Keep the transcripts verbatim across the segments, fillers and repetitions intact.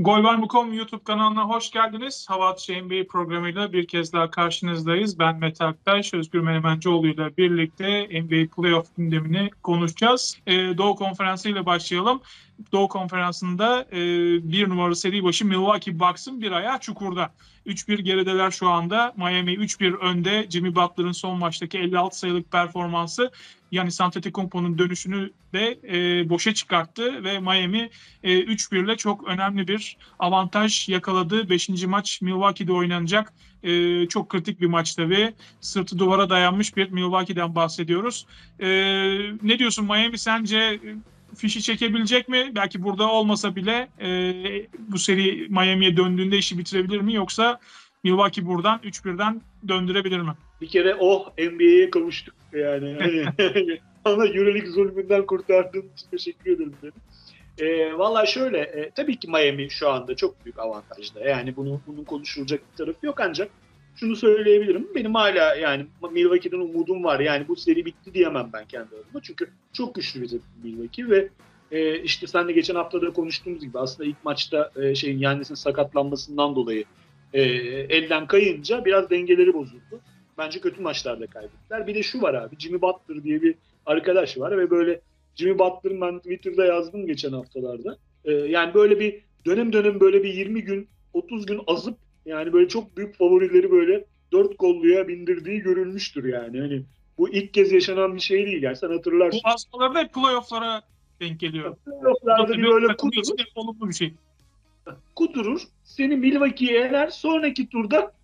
Gol var mı nokta com YouTube kanalına hoş geldiniz. Hava Atışı N B A programıyla bir kez daha karşınızdayız. Ben Mete Aktaş, Özgür Menemencioğlu ile birlikte N B A Playoff gündemini konuşacağız. Ee, Doğu Konferansı ile başlayalım. Doğu Konferansı'nda e, bir numaralı seri başı Milwaukee Bucks'ın bir ayağı çukurda. üç bir gerideler şu anda. Miami üç bir önde. Jimmy Butler'ın son maçtaki elli altı sayılık performansı Giannis Antetokounmpo'nun dönüşünü de e, boşa çıkarttı ve Miami e, üç bir ile çok önemli bir avantaj yakaladı. beşinci maç Milwaukee'de oynanacak. E, çok kritik bir maç tabii. Sırtı duvara dayanmış bir Milwaukee'den bahsediyoruz. E, ne diyorsun Miami, sence fişi çekebilecek mi? Belki burada olmasa bile e, bu seri Miami'ye döndüğünde işi bitirebilir mi? Yoksa Milwaukee buradan üç birden döndürebilir mi? Bir kere oh N B A'ye kavuştuk yani. Hani bana Euroleague zulmünden kurtardığın için teşekkür ederim dedim. E, Valla şöyle, e, tabii ki Miami şu anda çok büyük avantajda. Yani bunu, bunun konuşulacak bir tarafı yok, ancak şunu söyleyebilirim. Benim hala yani Milwaukee'den umudum var. Yani bu seri bitti diyemem ben kendi adıma. Çünkü çok güçlü bir takım Milwaukee ve e, işte seninle geçen hafta da konuştuğumuz gibi aslında ilk maçta e, şeyin Giannis'in sakatlanmasından dolayı e, elden kayınca biraz dengeleri bozuldu. Bence kötü maçlarda kaybettiler. Bir de şu var abi, Jimmy Butler diye bir arkadaş var ve böyle Jimmy Butler'ın ben Twitter'da yazdım geçen haftalarda. Ee, yani böyle bir dönem dönem böyle bir yirmi gün otuz gün azıp yani böyle çok büyük favorileri böyle dört kolluya bindirdiği görülmüştür yani. Hani bu ilk kez yaşanan bir şey değil yani, sen hatırlarsın. Bu azmaları da playoff'lara denk geliyor. Playoff'larda bir böyle kudurur. İçinde olumlu bir şey. Kudurur. Seni Milwaukee'ye eler. Sonraki turda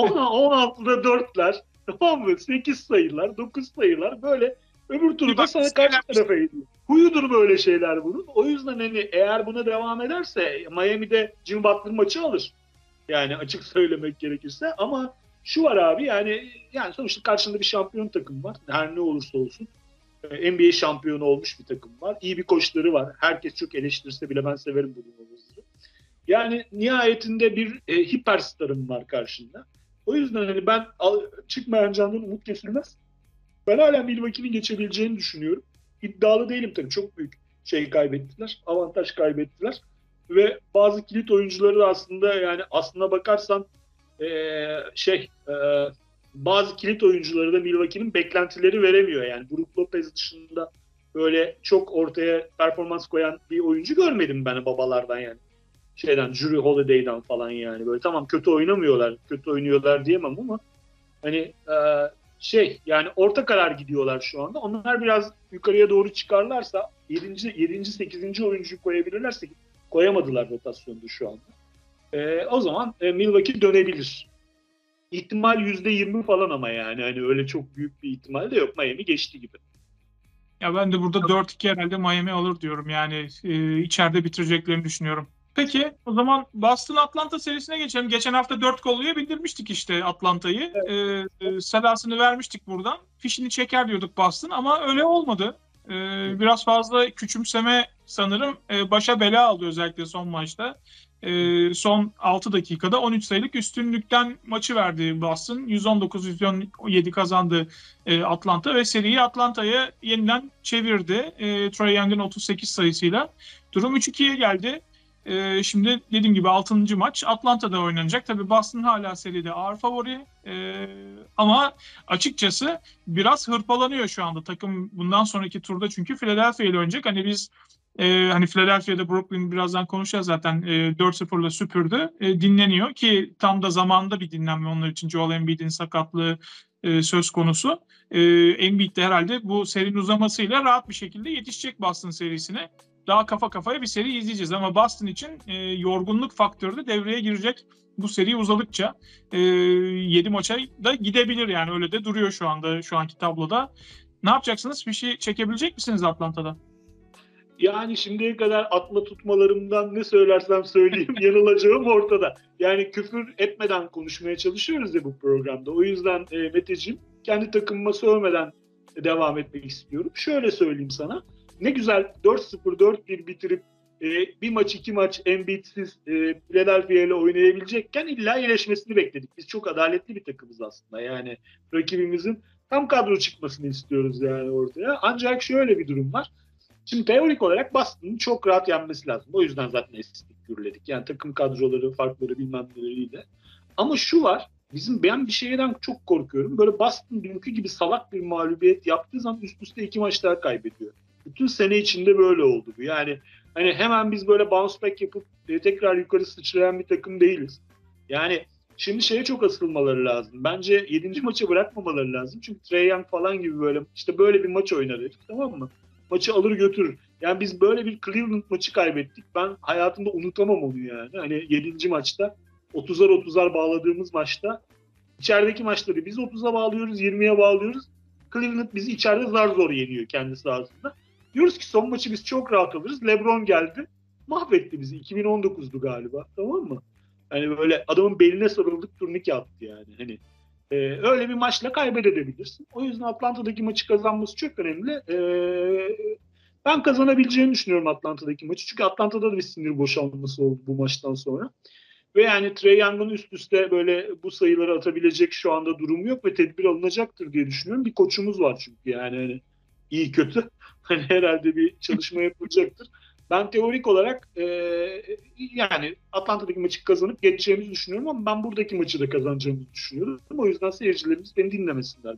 on altıda dörtler. Tamam mı? sekiz sayılar, dokuz sayılar böyle öbür turda sana karşı tarafa gidiyor. Huyudur böyle şeyler bunun. O yüzden hani eğer buna devam ederse Miami'de Jimmy Butler maçı alır. Yani açık söylemek gerekirse, ama şu var abi, yani yani sonuçta karşında bir şampiyon takım var. Her ne olursa olsun. N B A şampiyonu olmuş bir takım var. İyi bir koçları var. Herkes çok eleştirse bile ben severim bu durumları. Yani nihayetinde bir e, hiperstarım var karşında. O yüzden hani ben çıkmayan candan umut kesilmez. Ben hala Milwaukee'nin geçebileceğini düşünüyorum. İddialı değilim tabii. Çok büyük şey kaybettiler. Avantaj kaybettiler. Ve bazı kilit oyuncuları da aslında yani aslına bakarsan e, şey e, bazı kilit oyuncuları da Milwaukee'nin beklentileri veremiyor. Yani Brook Lopez dışında böyle çok ortaya performans koyan bir oyuncu görmedim ben babalardan yani. Şeyden, Jrue Holiday'den falan yani. Böyle tamam kötü oynamıyorlar, kötü oynuyorlar diyemem ama hani e, şey yani orta karar gidiyorlar şu anda. Onlar biraz yukarıya doğru çıkarlarsa yedinci. yedinci. sekizinci oyuncuyu koyabilirlerse, koyamadılar rotasyonda şu anda. E, o zaman e, Milwaukee dönebilir. İhtimal yüzde yirmi falan ama yani hani öyle çok büyük bir ihtimal de yok. Miami geçti gibi. Ya ben de burada dört iki herhalde Miami alır diyorum. Yani e, içeride bitireceklerini düşünüyorum. Peki o zaman Boston Atlanta serisine geçelim. Geçen hafta dört golluya bindirmiştik işte Atlanta'yı. Evet. E, e, sedasını vermiştik buradan. Fişini çeker diyorduk Boston ama öyle olmadı. E, biraz fazla küçümseme sanırım e, başa bela aldı özellikle son maçta. E, son altı dakikada on üç sayılık üstünlükten maçı verdi Boston. yüz on dokuz yüz on yedi kazandı e, Atlanta ve seriyi Atlanta'ya yeniden çevirdi. E, Trae Young'ın otuz sekiz sayısıyla. Durum üç ikiye geldi. E, şimdi dediğim gibi altıncı maç Atlanta'da oynanacak. Tabii Boston hala seride ağır favori. E, ama açıkçası biraz hırpalanıyor şu anda takım bundan sonraki turda, çünkü Philadelphia ile oynayacak. Hani biz e, hani Philadelphia'da Brooklyn birazdan konuşacağız zaten, e, dört sıfırla süpürdü. E, dinleniyor ki tam da zamanında bir dinlenme onlar için. Joel Embiid'in sakatlığı e, söz konusu. E, Embiid de herhalde bu serinin uzamasıyla rahat bir şekilde yetişecek Boston serisine. Daha kafa kafaya bir seri izleyeceğiz ama Boston için e, yorgunluk faktörü de devreye girecek bu seri uzadıkça. E, yedi maça da gidebilir yani, öyle de duruyor şu anda şu anki tabloda. Ne yapacaksınız? Bir şey çekebilecek misiniz Atlanta'da? Yani şimdiye kadar atma tutmalarımdan ne söylersem söyleyeyim yanılacağım ortada. Yani küfür etmeden konuşmaya çalışıyoruz ya bu programda. O yüzden e, Meteciğim kendi takımıma sövmeden devam etmek istiyorum. Şöyle söyleyeyim sana. Ne güzel dört sıfır dört bir bitirip e, bir maç iki maç Embiid'siz e, Philadelphia ile oynayabilecekken illa iyileşmesini bekledik. Biz çok adaletli bir takımız aslında. Yani rakibimizin tam kadro çıkmasını istiyoruz yani ortaya. Ancak şöyle bir durum var. Şimdi teorik olarak Boston'ın çok rahat yenmesi lazım. O yüzden zaten estik gürledik. Yani takım kadroları, farkları bilmem neleriyle. Ama şu var, bizim ben bir şeyden çok korkuyorum. Böyle Boston dünkü gibi salak bir mağlubiyet yaptığı zaman üst üste iki maçlar kaybediyor. Bütün sene içinde böyle oldu bu. Yani hani hemen biz böyle bounce back yapıp e, tekrar yukarı sıçrayan bir takım değiliz. Yani şimdi şeye çok asılmaları lazım. Bence yedinci maça bırakmamaları lazım. Çünkü Trae Young falan gibi böyle işte böyle bir maç oynar herif, tamam mı? Maçı alır götürür. Yani biz böyle bir Cleveland maçı kaybettik. Ben hayatımda unutamam onu yani. Hani yedinci maçta otuzar otuzar bağladığımız maçta içerideki maçları biz otuza bağlıyoruz, yirmiye bağlıyoruz. Cleveland bizi içeride zar zor yeniyor kendi sahasında. Diyoruz ki son maçı biz çok rahat alırız. LeBron geldi. Mahvetti bizi. iki bin on dokuzdu galiba. Tamam mı? Hani böyle adamın beline sarıldık, turnike attı yani. Hani e, öyle bir maçla kaybedebilirsin. O yüzden Atlanta'daki maçı kazanması çok önemli. E, ben kazanabileceğini düşünüyorum Atlanta'daki maçı. Çünkü Atlanta'da da bir sinir boşalması oldu bu maçtan sonra. Ve yani Trae Young'ın üst üste böyle bu sayıları atabilecek şu anda durumu yok ve tedbir alınacaktır diye düşünüyorum. Bir koçumuz var çünkü yani hani iyi kötü. Hani herhalde bir çalışma yapılacaktır. Ben teorik olarak e, yani Atlanta'daki maçı kazanıp geçeceğimizi düşünüyorum ama ben buradaki maçı da kazanacağımızı düşünüyorum. O yüzden seyircilerimiz beni dinlemesinler.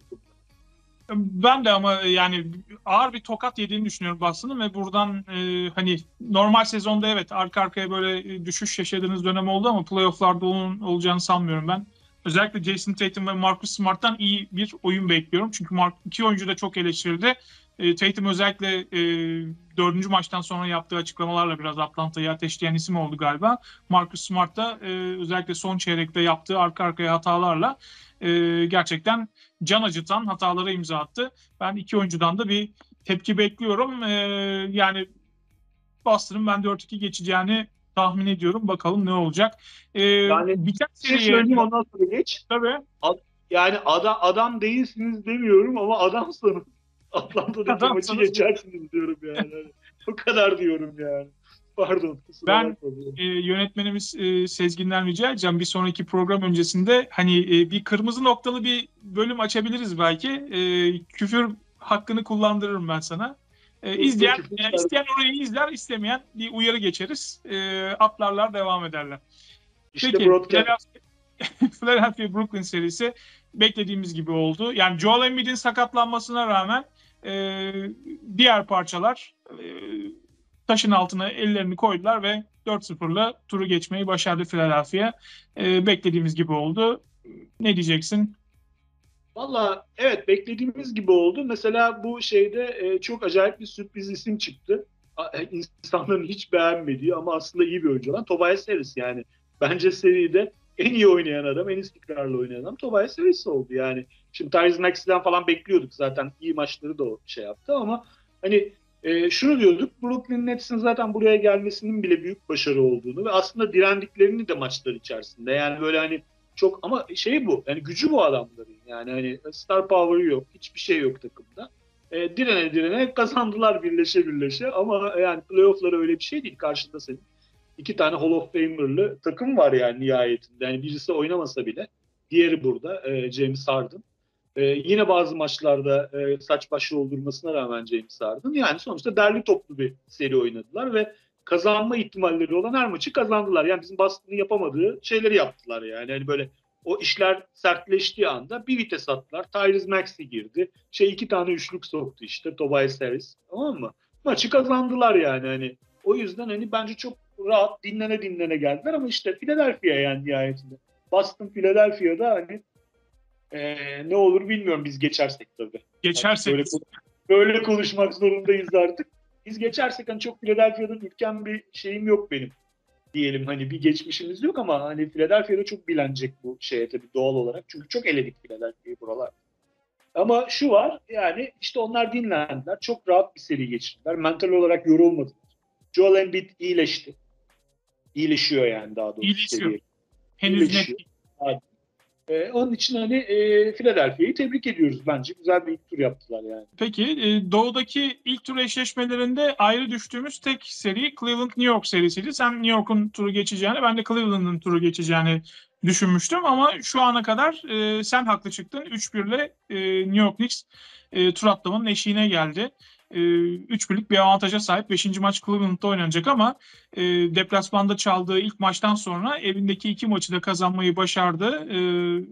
Ben de ama yani ağır bir tokat yediğini düşünüyorum Boston'ın ve buradan e, hani normal sezonda evet arka arkaya böyle düşüş yaşadığınız dönem oldu ama playoff'larda onun olacağını sanmıyorum ben. Özellikle Jason Tatum ve Marcus Smart'tan iyi bir oyun bekliyorum. Çünkü Mark, iki oyuncu da çok eleştirildi. E, Tatum özellikle e, dördüncü maçtan sonra yaptığı açıklamalarla biraz Atlanta'yı ateşleyen isim oldu galiba. Marcus Smart da e, özellikle son çeyrekte yaptığı arka arkaya hatalarla e, gerçekten can acıtan hatalara imza attı. Ben iki oyuncudan da bir tepki bekliyorum. Ee, yani Boston'ın ben dört iki geçeceğini tahmin ediyorum. Bakalım ne olacak. Ee, Yani biten bir şey seriye... söyleyeyim ondan sonra geç. Tabii. Ad- Yani adam, adam değilsiniz demiyorum ama adamsanız Atlanta'daki maçı Adamsanız... geçersiniz diyorum yani. Hani o kadar diyorum yani. Pardon. Ben e, yönetmenimiz e, Sezgin'den rica edeceğim. Bir sonraki program öncesinde hani e, bir kırmızı noktalı bir bölüm açabiliriz belki. E, küfür hakkını kullandırırım ben sana. E, izleyen, yani isteyen orayı izler, istemeyen bir uyarı geçeriz. E, atlarlar, devam ederler. İşte Peki, broadcast. Philadelphia Brooklyn serisi beklediğimiz gibi oldu. Yani Joel Embiid'in sakatlanmasına rağmen e, diğer parçalar e, taşın altına ellerini koydular ve dört sıfırla turu geçmeyi başardı Philadelphia. E, beklediğimiz gibi oldu. Ne diyeceksin? Valla evet beklediğimiz gibi oldu. Mesela bu şeyde e, çok acayip bir sürpriz isim çıktı. A, e, insanların hiç beğenmediği ama aslında iyi bir oyuncu olan Tobias Harris yani. Bence seride en iyi oynayan adam, en istikrarlı oynayan adam Tobias Harris oldu yani. Şimdi Tyrese Maxey'den falan bekliyorduk zaten. İyi maçları da o şey yaptı ama hani e, şunu diyorduk. Brooklyn Nets'in zaten buraya gelmesinin bile büyük başarı olduğunu ve aslında direndiklerini de maçlar içerisinde. Yani böyle hani çok ama şey bu yani gücü bu adamların yani hani star power'ı yok, hiçbir şey yok takımda. E, direne direne kazandılar birleşe birleşe ama yani playoff'ları öyle bir şey değil. Karşında senin iki tane Hall of Famer'lı takım var yani nihayetinde. Yani birisi oynamasa bile diğeri burada e, James Harden. E, yine bazı maçlarda e, saç baş yoldurmasına rağmen James Harden yani sonuçta derli toplu bir seri oynadılar ve kazanma ihtimalleri olan her maçı kazandılar. Yani bizim Boston'ın yapamadığı şeyleri yaptılar yani. Yani böyle o işler sertleştiği anda bir vites attılar. Tyrese Maxey girdi. Şey iki tane üçlük soktu işte Tobias Harris. Tamam mı? Maçı kazandılar yani hani. O yüzden hani bence çok rahat dinlene dinlene geldiler ama işte Philadelphia yani nihayetinde. Boston Philadelphia'da hani ee, ne olur bilmiyorum biz geçersek tabii. Geçersek. Böyle, böyle konuşmak zorundayız artık. Biz geçersek hani çok Philadelphia'dan ülken bir şeyim yok benim. Diyelim hani bir geçmişimiz yok ama hani Philadelphia'da çok bilenecek bu şeye tabii doğal olarak. Çünkü çok eledik Philadelphia'yı buralar. Ama şu var yani işte onlar dinlendiler. Çok rahat bir seri geçirdiler. Mental olarak yorulmadılar. Joel Embiid iyileşti. İyileşiyor yani daha doğrusu. İyileşiyor. Seriye. Henüz İyileşiyor. Net. Ee, onun için hani e, Philadelphia'yı tebrik ediyoruz bence. Güzel bir ilk tur yaptılar yani. Peki e, doğudaki ilk tur eşleşmelerinde ayrı düştüğümüz tek seri Cleveland-New York serisiydi. Sen New York'un turu geçeceğini, ben de Cleveland'ın turu geçeceğini düşünmüştüm ama şu ana kadar e, sen haklı çıktın. üç birle e, New York Knicks e, tur atlamanın eşiğine geldi. üç birlik bir avantaja sahip. beşinci maç Cleveland'da oynanacak ama e, deplasmanda çaldığı ilk maçtan sonra evindeki iki maçı da kazanmayı başardı. E,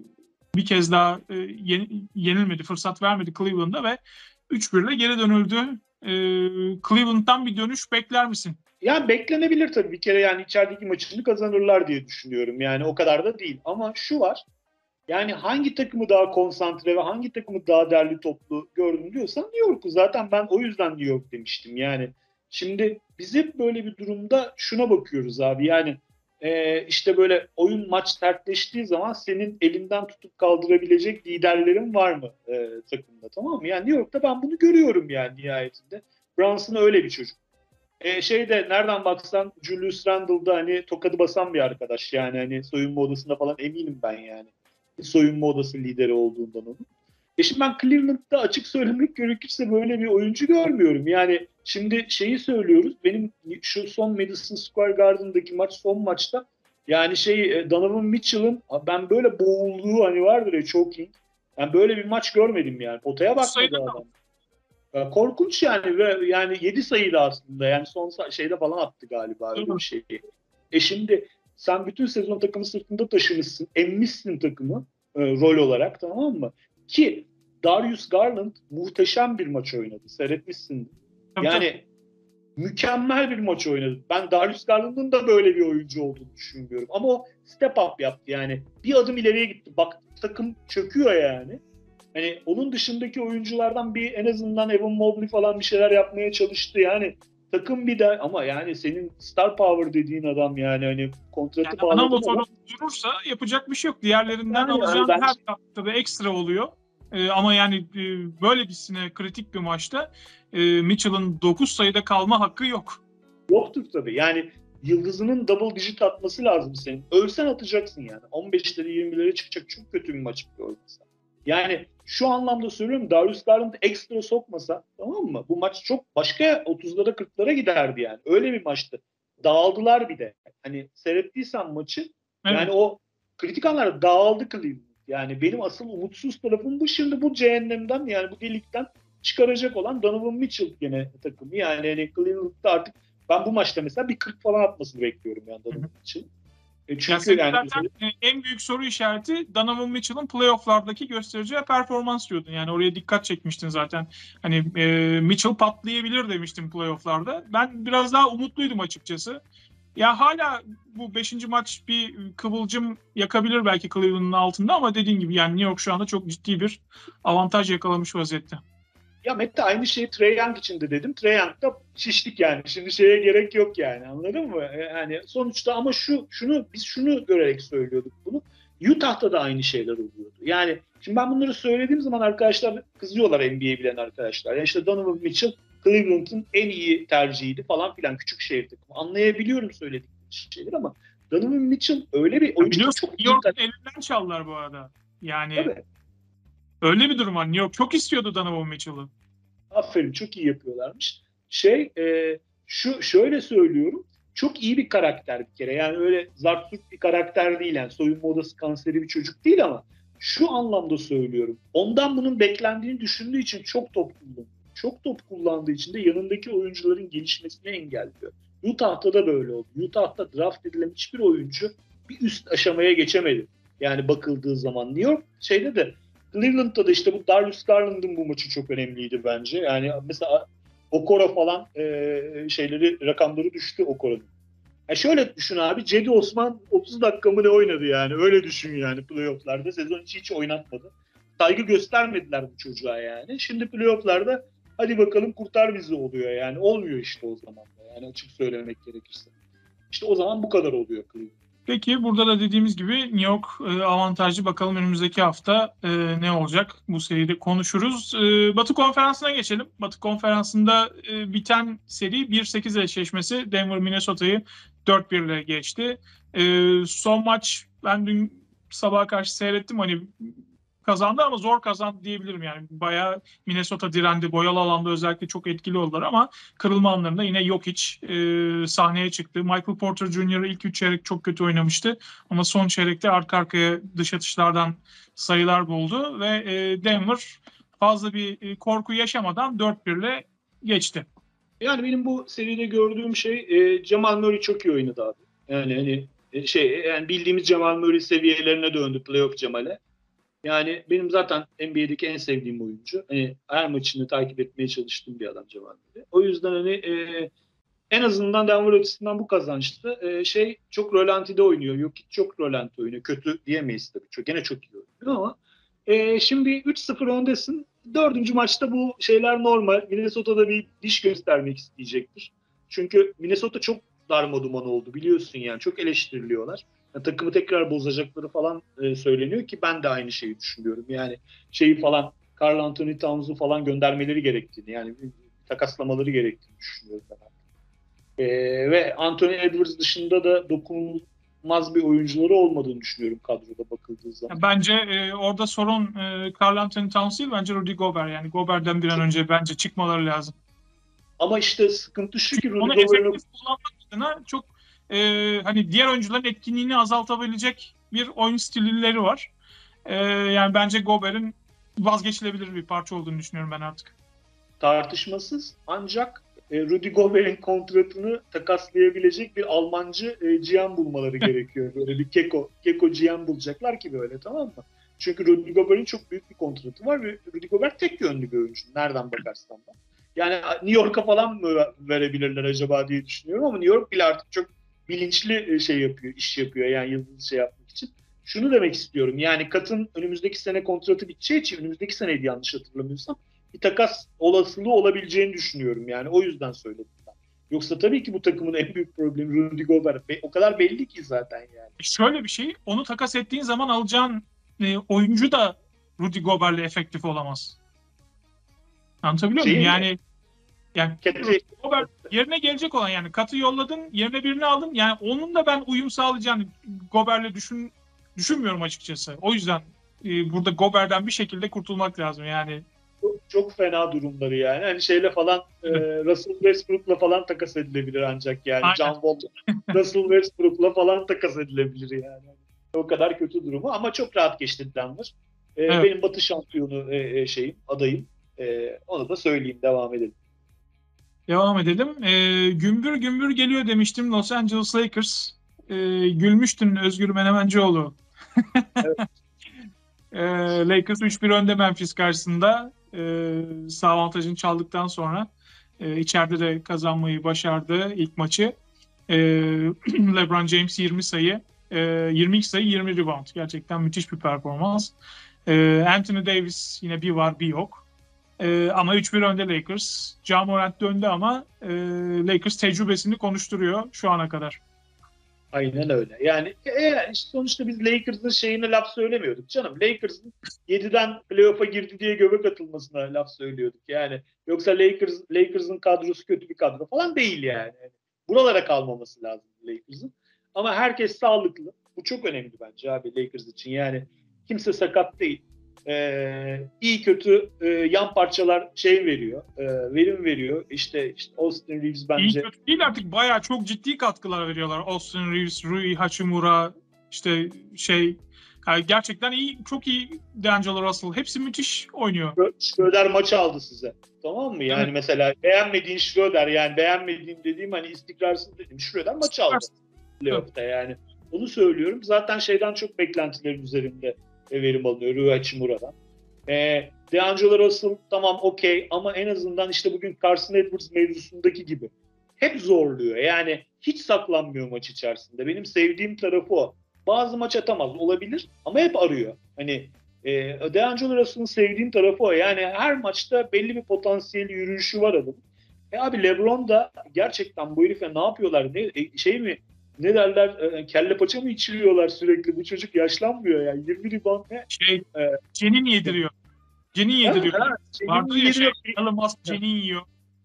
bir kez daha e, yen, yenilmedi, fırsat vermedi Cleveland'a ve üç bir ile geri dönüldü. E, Cleveland'dan bir dönüş bekler misin? Yani beklenebilir tabii, bir kere yani içerideki maçını kazanırlar diye düşünüyorum. Yani o kadar da değil. Ama şu var. Yani hangi takımı daha konsantre ve hangi takımı daha derli toplu gördüm diyorsan New York'u. Zaten ben o yüzden New York demiştim. Yani şimdi biz hep böyle bir durumda şuna bakıyoruz abi. Yani e, işte böyle oyun maç sertleştiği zaman senin elinden tutup kaldırabilecek liderlerin var mı e, takımda, tamam mı? Yani New York'ta ben bunu görüyorum yani nihayetinde. Brunson öyle bir çocuk. E, şeyde nereden baksan Julius Randle'da hani tokadı basan bir arkadaş. Yani hani soyunma odasında falan eminim ben yani. Soyunma odası lideri olduğundan onun. E şimdi ben Cleveland'da açık söylemek gerekirse böyle bir oyuncu görmüyorum. Yani şimdi şeyi söylüyoruz. Benim şu son Madison Square Garden'daki maç, son maçta yani şey Donovan Mitchell'ın ben böyle boğulduğu hani vardır ya, choking. Ben böyle bir maç görmedim yani. Potaya bakmadı adam. Ya korkunç yani ve yani yedi sayıydı aslında. Yani son şeyde falan attı galiba öyle bir şey. E şimdi sen bütün sezon takımı sırtında taşımışsın, emmişsin takımı e, rol olarak, tamam mı? Ki Darius Garland muhteşem bir maç oynadı. Seyretmişsin. Yani mükemmel bir maç oynadı. Ben Darius Garland'ın da böyle bir oyuncu olduğunu düşünmüyorum. Ama o step up yaptı yani. Bir adım ileriye gitti. Bak takım çöküyor yani. Hani onun dışındaki oyunculardan bir en azından Evan Mobley falan bir şeyler yapmaya çalıştı. Yani takım bir de ama yani senin star power dediğin adam yani hani kontratı yani bağladı ana motoru ama durursa yapacak bir şey yok. Diğerlerinden yani, alacağın yani ben, her haftada ekstra oluyor. Ee, ama yani e, böyle birisine kritik bir maçta e, Mitchell'ın dokuz sayıda kalma hakkı yok. yoktur tabii. Yani yıldızının double digit atması lazım senin. Ölsen atacaksın yani. on beşleri yirmilere çıkacak çok kötü bir maç bir oynasa. Yani şu anlamda söylüyorum, Darius Garland ekstra sokmasa, tamam mı? Bu maç çok başka otuzlara kırklara giderdi yani. Öyle bir maçtı. Dağıldılar bir de. Hani seyrettiysen maçı yani Evet. o kritik anlarda dağıldı Cleveland. Yani benim asıl umutsuz tarafım bu. Şimdi bu cehennemden yani bu delikten çıkaracak olan Donovan Mitchell gene takımı. Yani hani Cleveland'da artık ben bu maçta mesela bir kırk falan atmasını bekliyorum yani Donovan Mitchell. E çünkü Ya yani zaten en büyük soru işareti Donovan Mitchell'ın playoff'lardaki göstereceği performans diyordun. Yani oraya dikkat çekmiştin zaten. Hani e, Mitchell patlayabilir demiştim playoff'larda. Ben biraz daha umutluydum açıkçası. Ya hala bu beşinci maç bir kıvılcım yakabilir belki Cleveland'ın altında ama dediğin gibi yani New York şu anda çok ciddi bir avantaj yakalamış vaziyette. ya Mete aynı şeyi Trae Young için de dedim. Trae Young da şişlik yani. Şimdi şeye gerek yok yani. Anladın mı? Yani sonuçta ama şu şunu biz şunu görerek söylüyorduk bunu. Utah'ta da aynı şeyler oluyordu. Yani şimdi ben bunları söylediğim zaman arkadaşlar kızıyorlar, N B A bilen arkadaşlar. Yani işte Donovan Mitchell Cleveland'ın en iyi tercihiydi falan filan, küçük şehir takımı. Anlayabiliyorum söylediğim şeyleri ama Donovan Mitchell öyle bir Ya oyuncu ki biliyorsun çok New iyi. York'un elinden çaldılar bu arada. Yani Tabii. öyle bir durum var. New York çok istiyordu Donovan Mitchell'ı. Aferin, çok iyi yapıyorlarmış. Şey e, şu şöyle söylüyorum. Çok iyi bir karakter bir kere. Yani öyle zart zurt bir karakter değil. Yani soyunma odası kanseri bir çocuk değil ama şu anlamda söylüyorum. Ondan bunun beklendiğini düşündüğü için çok top kullanıyor. Çok top kullandığı için de yanındaki oyuncuların gelişmesini engelliyor. Utah'ta da böyle oldu. Utah'ta draft edilen hiçbir oyuncu bir üst aşamaya geçemedi. Yani bakıldığı zaman New York şeyde de Cleveland'da da işte bu Darius Garland'ın bu maçı çok önemliydi bence. Yani mesela Okoro falan e, şeyleri rakamları düştü Okoro'nun. Ya şöyle düşün abi, Cedi Osman otuz dakika mı ne oynadı yani, öyle düşün yani playoff'larda. Sezon içi hiç oynatmadı. Saygı göstermediler bu çocuğa yani. Şimdi playoff'larda hadi bakalım kurtar bizi oluyor yani. Olmuyor işte o zaman da yani, açık söylemek gerekirse. İşte o zaman bu kadar oluyor Cleveland. Peki burada da dediğimiz gibi New York e, avantajlı. Bakalım önümüzdeki hafta e, ne olacak? Bu seride konuşuruz. E, Batı Konferansı'na geçelim. Batı Konferansı'nda e, biten seri bir sekiz eşleşmesi Denver Minnesota'yı dört bir ile geçti. E, son maç ben dün sabaha karşı seyrettim. Hani kazandı ama zor kazandı diyebilirim yani. Bayağı Minnesota direndi. Boyalı alanda özellikle çok etkili oldular ama kırılma anlarında yine Jokic e, sahneye çıktı. Michael Porter Junior ilk üç çeyrek çok kötü oynamıştı. Ama son çeyrekte arka arkaya dış atışlardan sayılar buldu ve e, Denver fazla bir e, korku yaşamadan dört bir ile geçti. Yani benim bu seride gördüğüm şey e, Jamal Murray çok iyi oynadı abi. Yani hani e, şey yani bildiğimiz Jamal Murray seviyelerine döndü playoff Cemal'e. Yani benim zaten N B A'deki en sevdiğim oyuncu. Hani her maçını takip etmeye çalıştığım bir adam Jamal Murray. O yüzden hani e, en azından Denver açısından bu kazançtı. E, şey çok rölantide oynuyor. Yok hiç çok rölanti oynuyor. Kötü diyemeyiz tabii. Çok, gene çok iyi oynuyor ama e, şimdi üç sıfır öndesin. Dördüncü maçta bu şeyler normal. Minnesota'da bir diş göstermek isteyecektir. Çünkü Minnesota çok darmaduman oldu biliyorsun yani. Çok eleştiriliyorlar. Yani takımı tekrar bozacakları falan e, söyleniyor ki ben de aynı şeyi düşünüyorum. Yani şeyi falan Karl Anthony Towns'u falan göndermeleri gerektiğini yani takaslamaları gerektiğini düşünüyorum ben. Ee, ve Anthony Edwards dışında da dokunulmaz bir oyuncuları olmadığını düşünüyorum kadroda bakıldığı zaman. Bence e, orada sorun e, Karl Anthony Towns değil, bence Rudy Gobert. Yani Gobert'ten bir an önce bence çıkmaları lazım. Ama işte sıkıntı şu ki Çünkü Rudy onu Gobert'in efektif kullanmak adına çok e, hani diğer oyuncuların etkinliğini azaltabilecek bir oyun stilleri var. E, yani bence Gobert'in vazgeçilebilir bir parça olduğunu düşünüyorum ben artık. tartışmasız ancak e, Rudy Gobert'in kontratını takaslayabilecek bir Almancı e, G M bulmaları gerekiyor. Böyle bir Keko, Keko G M bulacaklar ki böyle, tamam mı? Çünkü Rudy Gobert'in çok büyük bir kontratı var ve Rudy Gobert tek yönlü bir oyuncu. Nereden bakarsan da. Yani New York'a falan mı verebilirler acaba diye düşünüyorum ama New York bile artık çok bilinçli şey yapıyor, iş yapıyor yani yıldız şey yapmak için. Şunu demek istiyorum yani Kat'ın önümüzdeki sene kontratı biteceği için önümüzdeki seneydi yanlış hatırlamıyorsam bir takas olasılığı olabileceğini düşünüyorum yani o yüzden söyledim ben. Yoksa tabii ki bu takımın en büyük problemi Rudy Gobert. O kadar belli ki zaten yani. Şöyle bir şey, onu takas ettiğin zaman alacağın e, oyuncu da Rudy Gobert'le efektif olamaz. Anlatabiliyor muyum? Şeyin Yani yani Kete, Gobert yerine gelecek olan, yani Kat'ı yolladın, yerine birini aldın. Yani onun da ben uyum sağlayacağını Gobert'le düşün, düşünmüyorum açıkçası. O yüzden e, burada Gobert'ten bir şekilde kurtulmak lazım yani. çok, çok fena durumları yani. Hani şeyle falan e, Russell Westbrook'la falan takas edilebilir ancak yani. Aynen. John Wall, Russell Westbrook'la falan takas edilebilir yani. O kadar kötü durumu ama çok rahat geçti Denver. E, Evet. Benim Batı şampiyonu e, şeyim, adayım. E, onu da söyleyeyim, devam edelim. Devam edelim. E, gümbür gümbür geliyor demiştim Los Angeles Lakers. E, gülmüştün Özgür Menemencioğlu. Evet. e, Lakers üç bir önde Memphis karşısında. E, sağ avantajını çaldıktan sonra e, içeride de kazanmayı başardı ilk maçı. E, LeBron James yirmi sayı, e, yirmi iki sayı, yirmi rebound. Gerçekten müthiş bir performans. E, Anthony Davis yine bir var bir yok. E, ama üç bir önde Lakers. Ja Morant döndü ama e, Lakers tecrübesini konuşturuyor şu ana kadar. Aynen öyle. Yani e, işte sonuçta biz Lakers'ın şeyine laf söylemiyorduk canım. Lakers'ın yediden playoff'a girdi diye göbek atılmasına laf söylüyorduk. Yani yoksa Lakers Lakers'ın kadrosu kötü bir kadro falan değil yani. Yani buralara kalmaması lazım Lakers'ın. Ama herkes sağlıklı. Bu çok önemli bence abi Lakers için. Yani kimse sakat değil. Ee, iyi kötü e, yan parçalar şey veriyor, e, verim veriyor. İşte, işte Austin Reeves bence. İyi kötü değil artık, bayağı çok ciddi katkılar veriyorlar. Austin Reeves, Rui Hachimura, işte şey yani gerçekten iyi, çok iyi D'Angelo Russell. Hepsi müthiş oynuyor. Schröder maçı aldı size. Tamam mı? Yani Evet. mesela beğenmediğin Schröder, yani beğenmediğim dediğim hani istikrarsız dediğim Schröder maçı aldı. Playoff'ta yani. Onu söylüyorum. Zaten şeyden çok beklentilerin üzerinde verim alınıyor. Rui Hachimura'dan. E, D'Angelo Russell tamam okey ama en azından işte bugün Carson Edwards mevzusundaki gibi hep zorluyor. Yani hiç saklanmıyor maç içerisinde. Benim sevdiğim tarafı o. Bazı maç atamaz olabilir ama hep arıyor. Hani e, D'Angelo Russell'ın sevdiğim tarafı o. Yani her maçta belli bir potansiyeli, yürüyüşü var adamın. E abi LeBron da gerçekten bu herife ne yapıyorlar? Ne, e, şey mi? Ne derler? E, kelle paça mı içiriyorlar sürekli? Bu çocuk yaşlanmıyor yani. yirmi rebound ne? Şey, e, Cenin yediriyor. Cenin yediriyor. Ha, ha, Vardır ya şey, yediriyor. Elon Musk Cenin yiyor.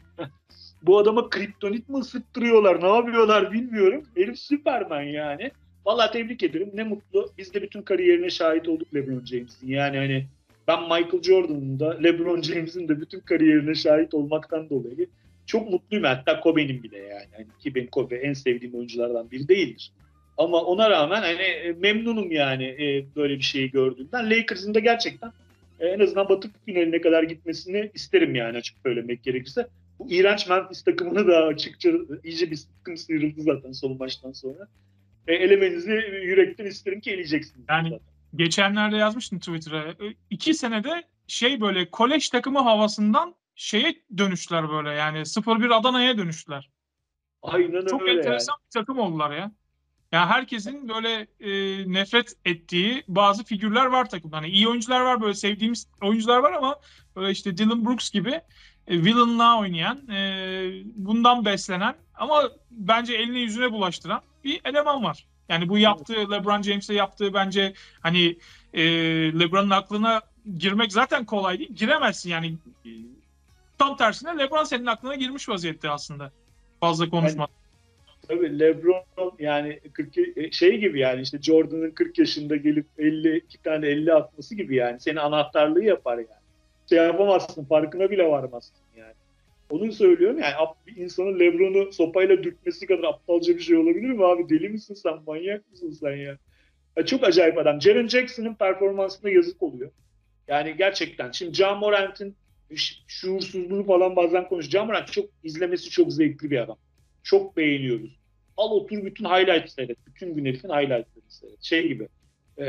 Bu adama kriptonit mi ısıttırıyorlar? Ne yapıyorlar bilmiyorum. Herif Süperman yani. Vallahi tebrik ederim. Ne mutlu. Biz de bütün kariyerine şahit olduk LeBron James'in. Yani hani ben Michael Jordan'ın da LeBron James'in de bütün kariyerine şahit olmaktan dolayı çok mutluyum. Hatta Kobe'nin bile yani. Hani ki benim Kobe en sevdiğim oyunculardan biri değildir. Ama ona rağmen hani memnunum yani böyle bir şeyi gördüğümden. Lakers'ın da gerçekten en azından Batı finaline kadar gitmesini isterim yani açık söylemek gerekirse. Bu iğrenç Memphis takımını da açıkça iyice bir sıkım sıyrıldı zaten son maçtan sonra. E, elemenizi yürekten isterim ki eleyeceksiniz Yani zaten. geçenlerde yazmıştım Twitter'a. İki senede şey böyle kolej takımı havasından şeye dönüştüler böyle. Yani sıfır bir Adana'ya dönüştüler. Aynen Çok öyle yani. enteresan bir takım oldular ya. Yani herkesin böyle e, nefret ettiği bazı figürler var takımda. Hani iyi oyuncular var, böyle sevdiğimiz oyuncular var ama böyle işte Dylan Brooks gibi e, villain'la oynayan, e, bundan beslenen ama bence eline yüzüne bulaştıran bir eleman var. Yani bu yaptığı, LeBron James'e yaptığı bence hani e, LeBron'un aklına girmek zaten kolay değil. Giremezsin yani. E, Tam tersine LeBron senin aklına girmiş vaziyette aslında. Fazla Yani konuşma. tabii LeBron yani kırk şey gibi yani işte Jordan'ın kırk yaşında gelip elli iki tane elli atması gibi yani. Seni anahtarlığı yapar yani. Şey yapamazsın, farkına bile varmazsın yani. Onu söylüyorum yani bir insanın LeBron'u sopayla dürtmesi kadar aptalca bir şey olabilir mi abi? Deli misin sen? Manyak mısın sen ya? Ya çok acayip adam. Jaren Jackson'ın performansına yazık oluyor. Yani gerçekten. Şimdi Ja Morant'in şuursuzluğu falan bazen konuşuyor. Ja Morant çok izlemesi çok zevkli bir adam. Çok beğeniyoruz. Al otur bütün highlight seyret. Bütün gün herifin highlightları seyret. Şey gibi. E,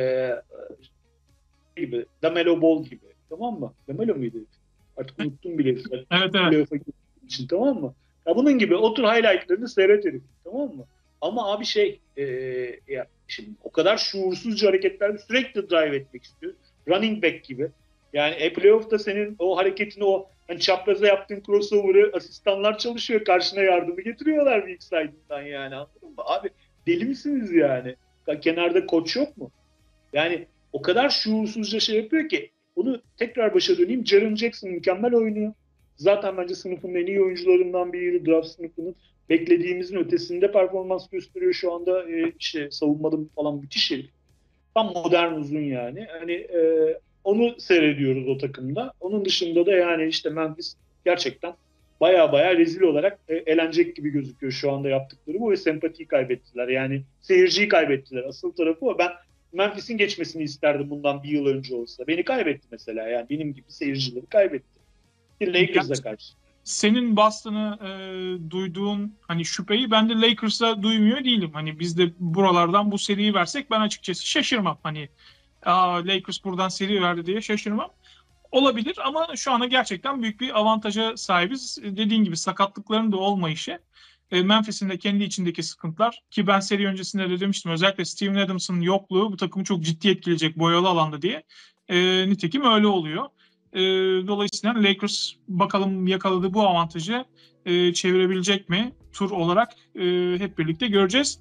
şey gibi. Lamelo Ball gibi. Tamam mı? Lamelo muydu herif? Artık unuttum bile. Evet, evet. Playoff'a gittiği için, tamam mı? Ya bunun gibi otur highlightlarını seyret herif. Tamam mı? Ama abi şey e, ya şimdi o kadar şuursuzca hareketler, sürekli drive etmek istiyor. Running back gibi. Yani e, playoff'ta senin o hareketini, o hani çapraza yaptığın crossover'ı asistanlar çalışıyor. Karşına yardımı getiriyorlar weak side'ından yani. Anladın mı? Abi deli misiniz yani? Kenarda koç yok mu? Yani o kadar şuursuzca şey yapıyor ki, onu tekrar başa döneyim. Jaren Jackson mükemmel oynuyor. Zaten bence sınıfın en iyi oyuncularından biri. Draft sınıfının beklediğimizin ötesinde performans gösteriyor şu anda. E, işte savunmada falan müthiş herif. Tam modern uzun yani. Hani e, onu seyrediyoruz o takımda. Onun dışında da yani işte Memphis gerçekten baya baya rezil olarak e, elenecek gibi gözüküyor şu anda yaptıkları bu ve sempatiyi kaybettiler. Yani seyirciyi kaybettiler. Asıl tarafı o. Ben Memphis'in geçmesini isterdim bundan bir yıl önce olsa. Beni kaybetti mesela. Yani benim gibi seyircileri kaybetti. Bir Lakers'a karşı. Senin Boston'ı e, duyduğun hani şüpheyi ben de Lakers'a duymuyor değilim. Hani biz de buralardan bu seriyi versek ben açıkçası şaşırmam. Hani Aa, Lakers buradan seri verdi diye şaşırmam. Olabilir ama şu anda gerçekten büyük bir avantaja sahibiz. Dediğin gibi sakatlıkların da olmayışı, e, Memphis'in de kendi içindeki sıkıntılar ki ben seri öncesinde de demiştim, özellikle Steven Adams'ın yokluğu bu takımı çok ciddi etkileyecek boyalı alanda diye. E, nitekim öyle oluyor. E, dolayısıyla Lakers bakalım yakaladığı bu avantajı e, çevirebilecek mi? Tur olarak e, hep birlikte göreceğiz.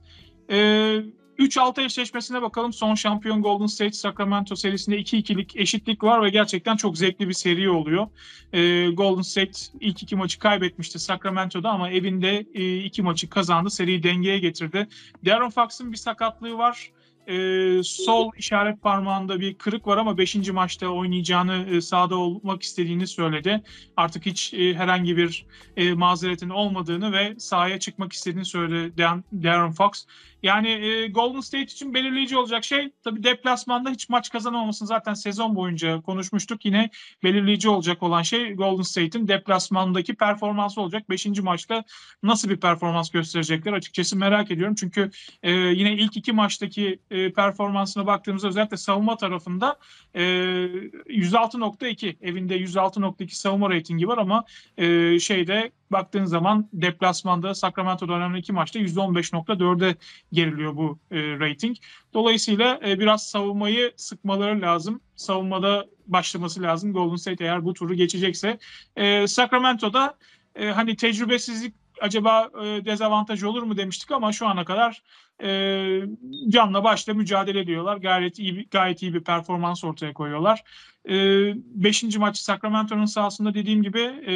E, üç altı eşleşmesine bakalım. Son şampiyon Golden State Sacramento serisinde iki ikilik eşitlik var ve gerçekten çok zevkli bir seri oluyor. E, Golden State ilk iki maçı kaybetmişti Sacramento'da ama evinde e, iki maçı kazandı. Seriyi dengeye getirdi. De'Aaron Fox'ın bir sakatlığı var. E, sol işaret parmağında bir kırık var ama beşinci maçta oynayacağını, e, sahada olmak istediğini söyledi. Artık hiç e, herhangi bir e, mazeretin olmadığını ve sahaya çıkmak istediğini söyledi De'Aaron Fox. Yani e, Golden State için belirleyici olacak şey tabii deplasmanda hiç maç kazanamamasını zaten sezon boyunca konuşmuştuk. Yine belirleyici olacak olan şey Golden State'in deplasmandaki performansı olacak. Beşinci maçta nasıl bir performans gösterecekler açıkçası merak ediyorum. Çünkü e, yine ilk iki maçtaki e, performansına baktığımızda özellikle savunma tarafında e, yüz altı nokta iki evinde yüz altı nokta iki savunma reytingi var ama e, şeyde baktığın zaman deplasmanda Sacramento'da oynanan iki maçta yüzde on beş nokta dörde geriliyor bu e, rating. Dolayısıyla e, biraz savunmayı sıkmaları lazım. Savunmada başlaması lazım Golden State eğer bu turu geçecekse. E, Sacramento'da e, hani tecrübesizlik acaba e, dezavantaj olur mu demiştik ama şu ana kadar e, canla başla mücadele ediyorlar. Gayet iyi, gayet iyi bir performans ortaya koyuyorlar. E, beşinci maçı Sacramento'nun sahasında dediğim gibi e,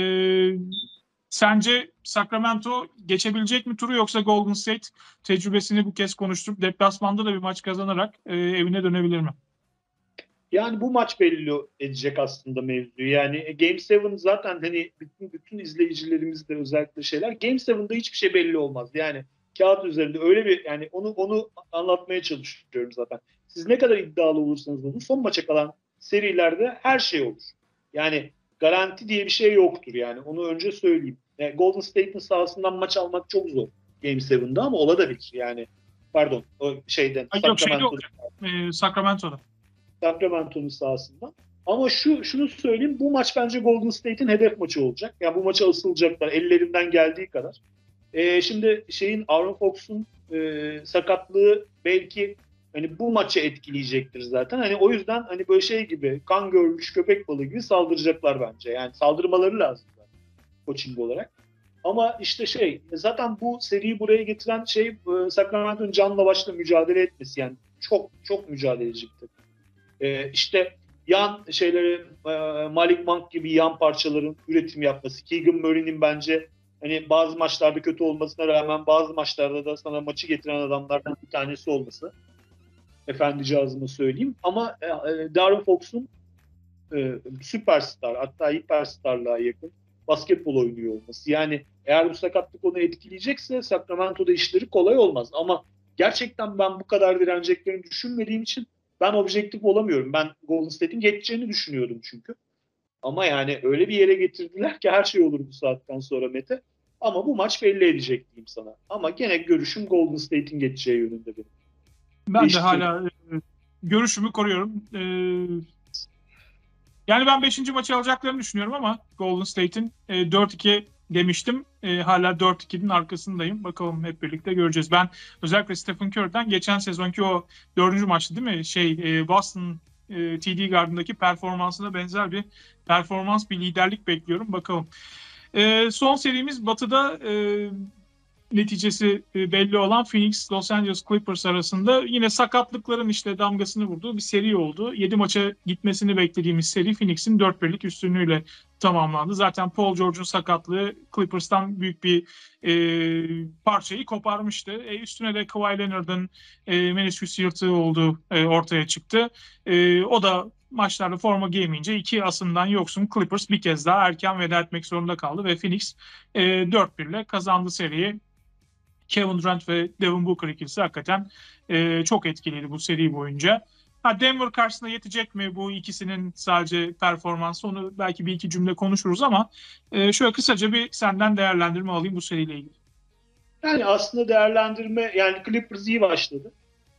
sence Sacramento geçebilecek mi turu yoksa Golden State tecrübesini bu kez konuşturup deplasmanda da bir maç kazanarak e, evine dönebilir mi? Yani bu maç belli edecek aslında mevzuyu. Yani e, Game yedi zaten hani bütün, bütün izleyicilerimiz de özellikle şeyler. Game yedide hiçbir şey belli olmaz. Yani kağıt üzerinde öyle bir, yani onu onu anlatmaya çalışıyorum zaten. Siz ne kadar iddialı olursanız olun son maça kalan serilerde her şey olur. Yani garanti diye bir şey yoktur yani. Onu önce söyleyeyim. Yani Golden State'in sahasından maç almak çok zor Game yedide ama olabilir. Yani pardon o şeyden Ay yok şeyde Sacramento'da. olacak. Ee, Sacramento'da. Sacramento'nun sahasından. Ama şu şunu söyleyeyim. Bu maç bence Golden State'in hedef maçı olacak. Yani bu maça asılacaklar ellerinden geldiği kadar. Ee, şimdi şeyin Aaron Fox'un e, sakatlığı belki hani bu maçı etkileyecektir zaten. Hani o yüzden hani böyle şey gibi kan görmüş köpek balığı gibi saldıracaklar bence. Yani saldırmaları lazım zaten, coaching olarak. Ama işte şey zaten bu seriyi buraya getiren şey e, Sacramento'nun canla başla mücadele etmesi. Yani çok çok mücadelecikti. E, işte yan şeyleri e, Malik Monk gibi yan parçaların üretim yapması. Keegan Murray'nin bence hani bazı maçlarda kötü olmasına rağmen bazı maçlarda da sana maçı getiren adamlardan bir tanesi olması. Efendicazıma söyleyeyim. Ama e, Darren Fox'un e, süperstar hatta hiperstarlığa yakın basketbol oynuyor olması. Yani eğer bu sakatlık onu etkileyecekse Sacramento'da işleri kolay olmaz. Ama gerçekten ben bu kadar direneceklerini düşünmediğim için ben objektif olamıyorum. Ben Golden State'in geçeceğini düşünüyordum çünkü. Ama yani öyle bir yere getirdiler ki her şey olur bu saatten sonra Mete. Ama bu maç belli edecek diyeyim sana. Ama gene görüşüm Golden State'in geçeceği yönünde benim. Ben de Değiştirdim. hala e, görüşümü koruyorum. E, yani ben beşinci maçı alacaklarını düşünüyorum ama Golden State'in e, dört iki demiştim. E, hala dört ikinin arkasındayım. Bakalım hep birlikte göreceğiz. Ben özellikle Stephen Curry'den geçen sezonki o dördüncü maçtı değil mi? Şey e, Boston e, T D Garden'daki performansına benzer bir performans, bir liderlik bekliyorum. Bakalım. E, son serimiz Batı'da e, neticesi e, belli olan Phoenix Los Angeles Clippers arasında yine sakatlıkların işte damgasını vurduğu bir seri oldu. yedi maça gitmesini beklediğimiz seri Phoenix'in dört birlik üstünlüğüyle tamamlandı. Zaten Paul George'un sakatlığı Clippers'tan büyük bir e, parçayı koparmıştı. E, üstüne de Kawhi Leonard'ın e, menisküs yırtığı olduğu e, ortaya çıktı. E, o da maçlarda forma giymeyince iki asından yoksun Clippers bir kez daha erken veda etmek zorunda kaldı ve Phoenix e, dört birle kazandı seriyi. Kevin Durant ve Devin Booker ikilisi hakikaten e, çok etkiliydi bu seri boyunca. Ha, Denver karşısında yetecek mi bu ikisinin sadece performansı, onu belki bir iki cümle konuşuruz ama e, şöyle kısaca bir senden değerlendirme alayım bu seriyle ilgili. Yani aslında değerlendirme yani Clippers iyi başladı.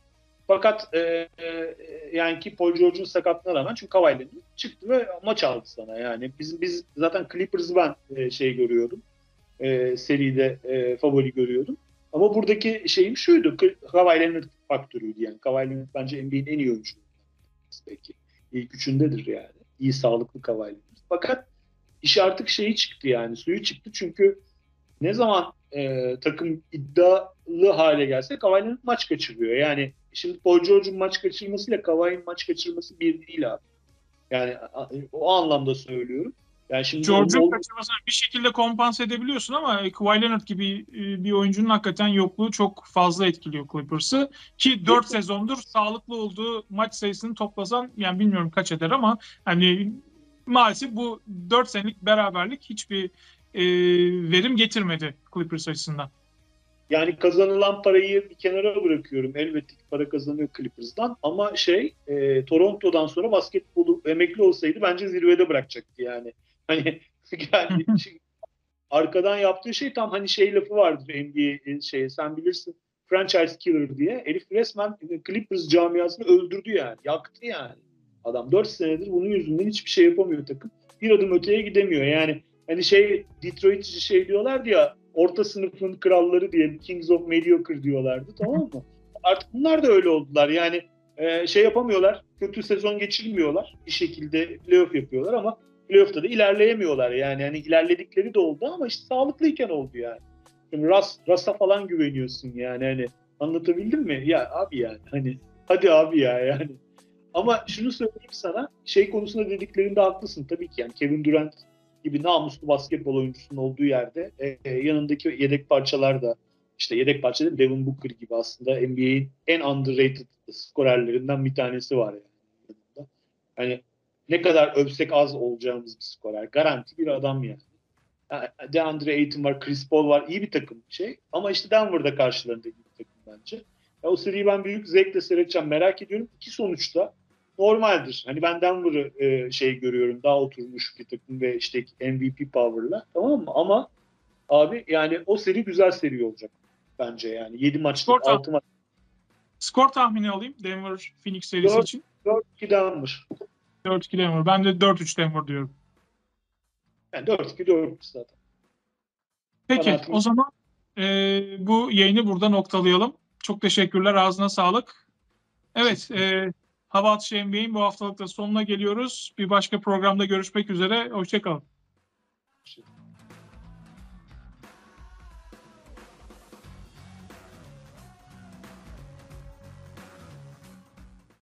Fakat e, e, yani ki Paul George'un sakatlığına rağmen çünkü Kawhi Leonard çıktı ve maç aldı sana yani. Biz biz zaten Clippers'ı ben e, şey görüyordum. E, seride e, favori görüyordum. Ama buradaki şeyim şuydu. Kawhi Leonard faktörüydü yani. Kawhi Leonard bence N B A'in en iyi oyuncusu. Belki ilk üçündedir yani. İyi sağlıklı Kawhi Leonard. Fakat iş artık şeyi çıktı yani. Suyu çıktı çünkü ne zaman e, takım iddialı hale gelse Kawhi'nin maç kaçırıyor. Yani şimdi Paul George'un maç kaçırmasıyla Kawhi'nin maç kaçırması bir değil abi. Yani o anlamda söylüyorum. Yani şimdi George'un onun kaçırmasını bir şekilde kompanse edebiliyorsun ama Kawhi Leonard gibi e, bir oyuncunun hakikaten yokluğu çok fazla etkiliyor Clippers'ı. Ki dört sezondur sağlıklı olduğu maç sayısını toplasan yani bilmiyorum kaç eder ama hani maalesef bu dört senelik beraberlik hiçbir e, verim getirmedi Clippers açısından. yani kazanılan parayı bir kenara bırakıyorum. Elbette ki para kazanıyor Clippers'dan ama şey e, Toronto'dan sonra basketbolu emekli olsaydı bence zirvede bırakacaktı yani. Hani geldi şey, arkadan yaptığı şey tam hani şey lafı vardır N B A şey sen bilirsin franchise killer diye. Herif resmen Clippers camiasını öldürdü yani. Yaktı yani. Adam dört senedir bunun yüzünden hiçbir şey yapamıyor takım. Bir adım öteye gidemiyor. Yani hani şey Detroit şey diyorlardı ya orta sınıfın kralları diye Kings of Mediocre diyorlardı tamam mı? Artık bunlar da öyle oldular. Yani e, şey yapamıyorlar. Kötü sezon geçirmiyorlar. Bir şekilde playoff yapıyorlar ama playoff'ta da ilerleyemiyorlar yani. Hani ilerledikleri de oldu ama işte sağlıklıyken oldu yani. Şimdi Ras, Ras'a falan güveniyorsun yani hani anlatabildim mi? Ya abi yani hani hadi abi ya yani. Ama şunu söyleyeyim sana şey konusunda dediklerinde haklısın tabii ki yani Kevin Durant gibi namuslu basketbol oyuncusunun olduğu yerde e, yanındaki yedek parçalar da işte yedek parça değil Devin Booker gibi aslında N B A'in en underrated skorerlerinden bir tanesi var yani. Hani ne kadar övsek az olacağımız bir skorer. Garanti bir adam yani. DeAndre Ayton var, Chris Paul var. İyi bir takım şey. Ama işte Denver'da karşılarında iyi bir takım bence. Ya o seriyi ben büyük zevkle seyredeceğim. Merak ediyorum. İki sonuçta normaldir. Hani ben Denver'ı e, şey görüyorum, daha oturmuş bir takım ve işte M V P power'la, tamam mı? Ama abi yani o seri güzel seri olacak bence yani. yedi Skor, maçlık, tah- altı maç. skor tahmini alayım Denver Phoenix serisi dört için. dört iki Denver. dört iki Denver. Ben de dört üç Denver diyorum. Yani dört iki dört üç zaten. Peki Kanaatim. o zaman e, bu yayını burada noktalayalım. Çok teşekkürler. Ağzına sağlık. Evet, e, Hava Atışı N B A'in bu haftalık da sonuna geliyoruz. Bir başka programda görüşmek üzere. Hoşça kalın.